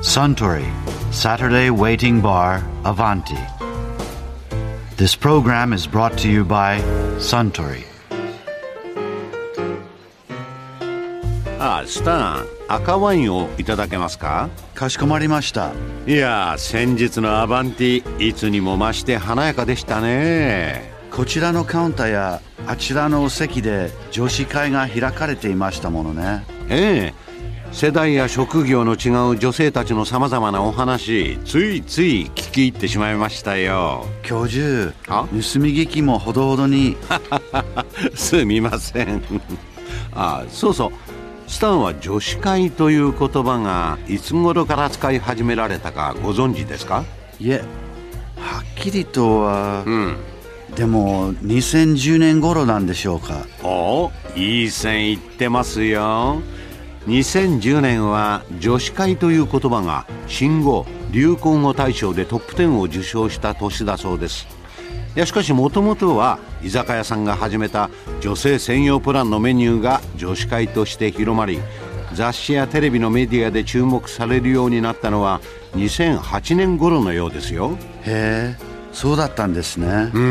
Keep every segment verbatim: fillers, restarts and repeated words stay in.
Suntory Saturday Waiting Bar Avanti. This program is brought to you by Suntory. ああ、スタン、赤ワインをいただけますか？ かしこまりました。 いや、先日のアバンティ、いつにも増して華やかでしたね。 こちらのカウンターやあちらのお席で女子会が開かれていましたものね。 ええ、世代や職業の違う女性たちのさまざまなお話、ついつい聞き入ってしまいましたよ。 教授、 あ、 盗み聞きもほどほどに。 すみません。あ、そうそう、スタンは女子会という言葉がいつ頃から使い始められたかご存知ですか？ いえ、はっきりとは、 うん、 でもにせんじゅうねん頃なんでしょうか。 お、いい線いってますよ。にせんじゅうねんは女子会という言葉が新語・流行語大賞でトップじゅうを受賞した年だそうです。いや、しかしもともとは居酒屋さんが始めた女性専用プランのメニューが女子会として広まり、雑誌やテレビのメディアで注目されるようになったのはにせんはちねん頃のようですよ。 へえ、そうだったんですね。 うん、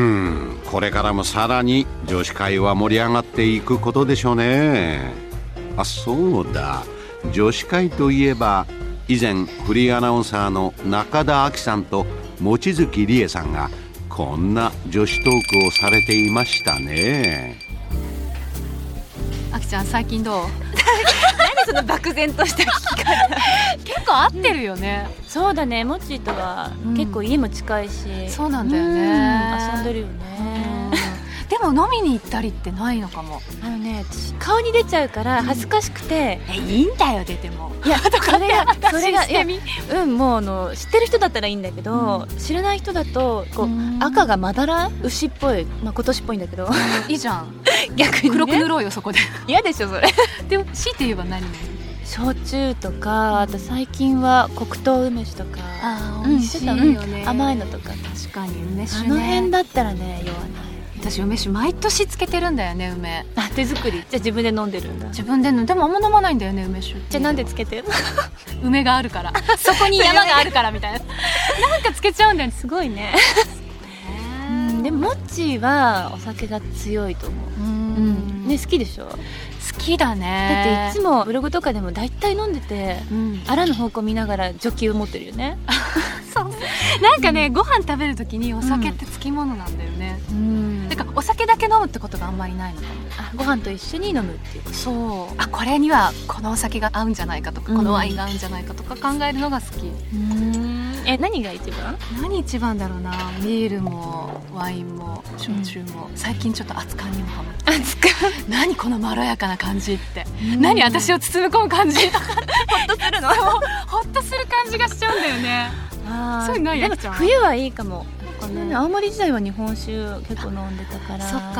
これからもさらに女子会は盛り上がっていくことでしょうね。あ、そうだ、女子会といえば以前フリーアナウンサーの中田あきさんと望月理恵さんがこんな女子トークをされていましたね。 あきちゃん、最近どう？ 何その漠然とした聞き方。 結構合ってるよね、 うん、そうだね、モッチーとは結構家も近いし、うん、 そうなんだよね、 遊んでるよね。 でも飲みに行ったりってないのかも。 あのね、私顔に出ちゃうから恥ずかしくて、 うん、え、いいんだよ出ても。 いや、それがそれがいや、うん、もうあの知ってる人だったらいいんだけど、うん、知らない人だとこう、うん、赤がまだら牛っぽい、まあ、今年っぽいんだけど、 いいじゃん。 逆に、ね、 黒く塗ろうよそこで。 嫌でしょそれ。 でも強いて言えば何ね。 焼酎とか、あと最近は黒糖梅酒とか、 あ、美味しいよね、 うん、甘いのとか。 確かに梅酒ね、 あの辺だったらね酔わない。 私梅酒毎年つけてるんだよね、梅。 あ、手作り。じゃあ自分で飲んでるんだ。 自分で飲んでもあんま飲まないんだよね、梅酒。 じゃあなんでつけてるの？ 梅があるから。そこに山があるからみたいな。なんかつけちゃうんだよね。 すごいね。うん、でもモッチーはお酒が強いと思う。うん、ね、好きでしょ？ 好きだね。 だっていつもブログとかでも大体飲んでて、うん、あらぬ方向見ながらジョッキを持ってるよね。 そう。なんかね、ご飯食べるときにお酒ってつきものなんだよね。うん。だからお酒だけ飲むってことがあんまりないのかも。 あ、ご飯と一緒に飲むっていう。 そう。あ、これにはこのお酒が合うんじゃないかとか、うん、このワインが合うんじゃないかとか考えるのが好き。うん。 え、何が一番？ 何一番だろうな。ビールもワインも焼酎も、うん、最近ちょっと熱燗にもハマって。 熱燗。 何このまろやかな感じって。何私を包み込む感じ。 ほっとするの？ ほっとする感じがしちゃうんだよね。あ、そういうのないやつ。 冬はいいかも。ね、青森時代は日本酒結構飲んでたから。 そっか、うん、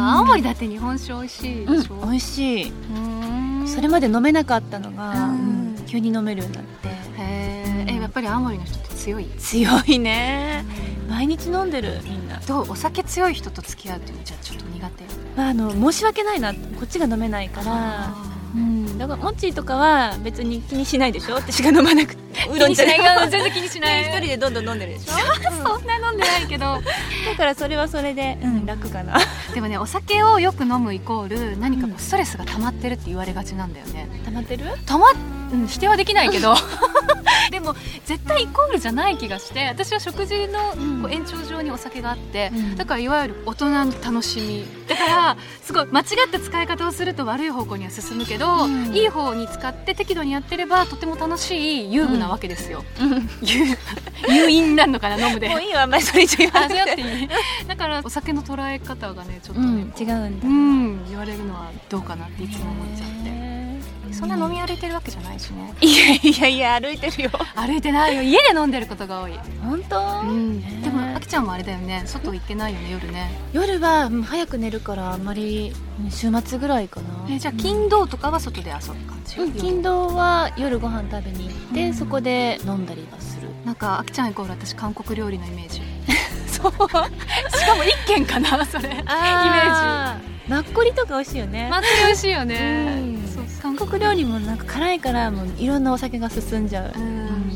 青森だって日本酒美味しいでしょ、うん、 美味しい。うん、それまで飲めなかったのが、うん、急に飲めるようになって。 へー、え、やっぱり青森の人って強い？ 強いね、うん、毎日飲んでるみんな。 どう？お酒強い人と付き合うっていうのじゃあちょっと苦手？ あの申し訳ないな、こっちが飲めないから。うん、だからモッチーとかは別に気にしないでしょ？私が飲まなくて。 ウーロン茶が全然気にしない。 一人でどんどん飲んでるでしょ？ そんな飲んでないけど。だからそれはそれで、うん、楽かな。 でもね、お酒をよく飲むイコール何かこうストレスが溜まってるって言われがちなんだよね。 溜まってる？ 溜まっ、うん、否定はできないけど。でも絶対イコールじゃない気がして、私は食事のこう延長上にお酒があって、うん、だからいわゆる大人の楽しみだからすごい間違った使い方をすると悪い方向には進むけど、うん、いい方に使って適度にやってればとても楽しい遊具なわけですよ、うん、誘引なのかな、飲むで。 もういいよ、あんまりそれ以上言わなくて。 味わっていい。だからお酒の捉え方がねちょっとね、うん、 違うんだ、 うん、言われるのはどうかなっていつも思っちゃって。そんな飲み歩いてるわけじゃないしね。 いやいやいや、歩いてるよ。 歩いてないよ、家で飲んでることが多い。 本当？ うん、でもあきちゃんもあれだよね、外行ってないよね、夜ね。 夜は、うん、早く寝るからあんまり週末ぐらいかな。 え、じゃあ金土とかは外で遊ぶ感じ？ うん、金土は夜ご飯食べに行って、うん、そこで飲んだりはする。 なんかあきちゃんイコール私韓国料理のイメージ。そう。しかも一軒かな、それ。イメージ。 マッコリとか美味しいよね。 マッコリ美味しいよね、うん、 そう韓国料理もなんか辛いからもういろんなお酒が進んじゃう、うん、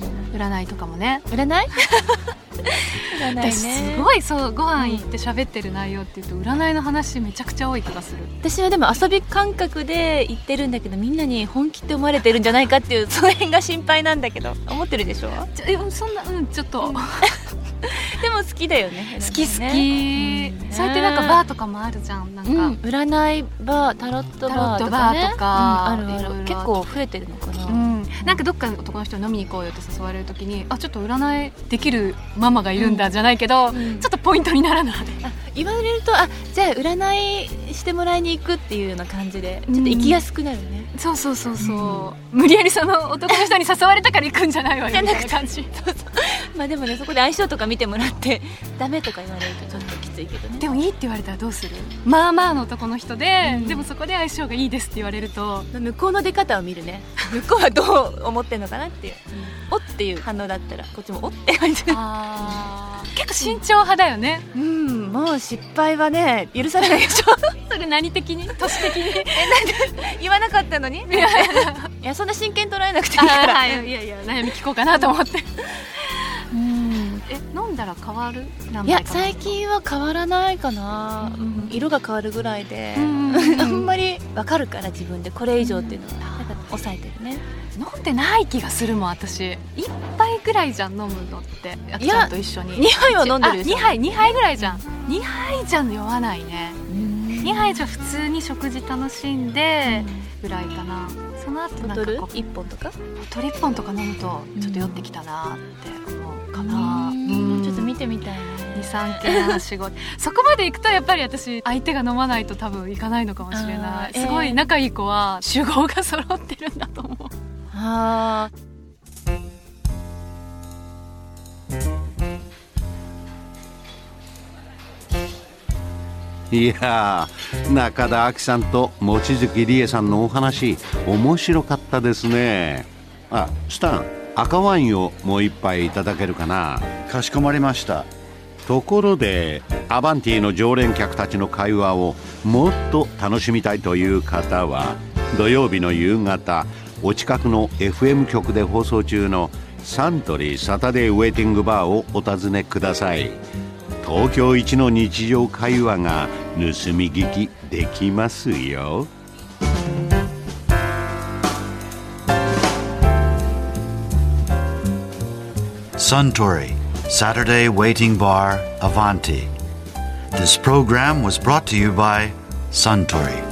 占いとかもね。 占い占いね。 私すごいそうご飯行って喋ってる内容っていうと占いの話めちゃくちゃ多い気がする。 私はでも遊び感覚で言ってるんだけどみんなに本気って思われてるんじゃないかっていうその辺が心配なんだけど。思ってるでしょ。 ちょそんなうんちょっとでも好きだよね。 好き好き、うん、そうやってなんかバーとかもあるじゃん。なんか、うん、 占いバー、タロットバーとかね、 タロットバーとか、 うん、あるある。結構増えてるのかな、 うん、なんかどっかの男の人に飲みに行こうよって誘われるときにあちょっと占いできるママがいるんだじゃないけど、うん、ちょっとポイントにならない。 あ言われるとあじゃあ占いしてもらいに行くっていうような感じでちょっと行きやすくなるね、 うん、そうそうそうそう、うん、無理やりその男の人に誘われたから行くんじゃないわよみたいな感じ。そうそうまあでもねそこで相性とか見てもらってダメとか言われるとちょっときついけどね。 でもいいって言われたらどうする。まあまあの男の人で、うん、でもそこで相性がいいですって言われると向こうの出方を見るね。向こうはどう思ってんのかなっていう、うん、おっていう反応だったらこっちもおって感じ。 あ結構慎重派だよね。 うん、うん、もう失敗はね許されないでしょ。 それ何的に年的にえなんで言わなかったのに。いやいやそんな真剣捉えなくていいから。 はい、いやいや悩み聞こうかなと思って。うんえ飲んだら変わる。 いや最近は変わらないかな、うん、色が変わるぐらいで、うん、あんまり分かるから自分でこれ以上っていうのはなんか抑えてるね。 飲んでない気がするもん私。一杯ぐらいじゃん飲むのってあきちゃんと一緒に。 にはいは飲んでるでしょ。 にはいにはいぐらいじゃん、うん、にはいじゃん酔わないね。にはいじゃ普通に食事楽しんでぐらいかな。その後なんかこうボトルいっぽんとかボトルいっぽんとか飲むとちょっと酔ってきたなって思うかな。 うんうんちょっと見てみたいね。 にさんけんはしごそこまで行くとやっぱり私相手が飲まないと多分行かないのかもしれない。すごい仲いい子は酒豪が揃ってるんだと思う。 あいやー中田あきさんと望月理恵さんのお話面白かったですね。あスタン赤ワインをもう一杯いただけるかな。 かしこまりました。 ところでアバンティの常連客たちの会話をもっと楽しみたいという方は土曜日の夕方お近くの エフエム 局で放送中のサントリーサタデーウェイティングバーをお尋ねください。東京一の日常会話が盗み聞きできますよ。 Suntory Saturday Waiting Bar Avanti. This program was brought to you by Suntory.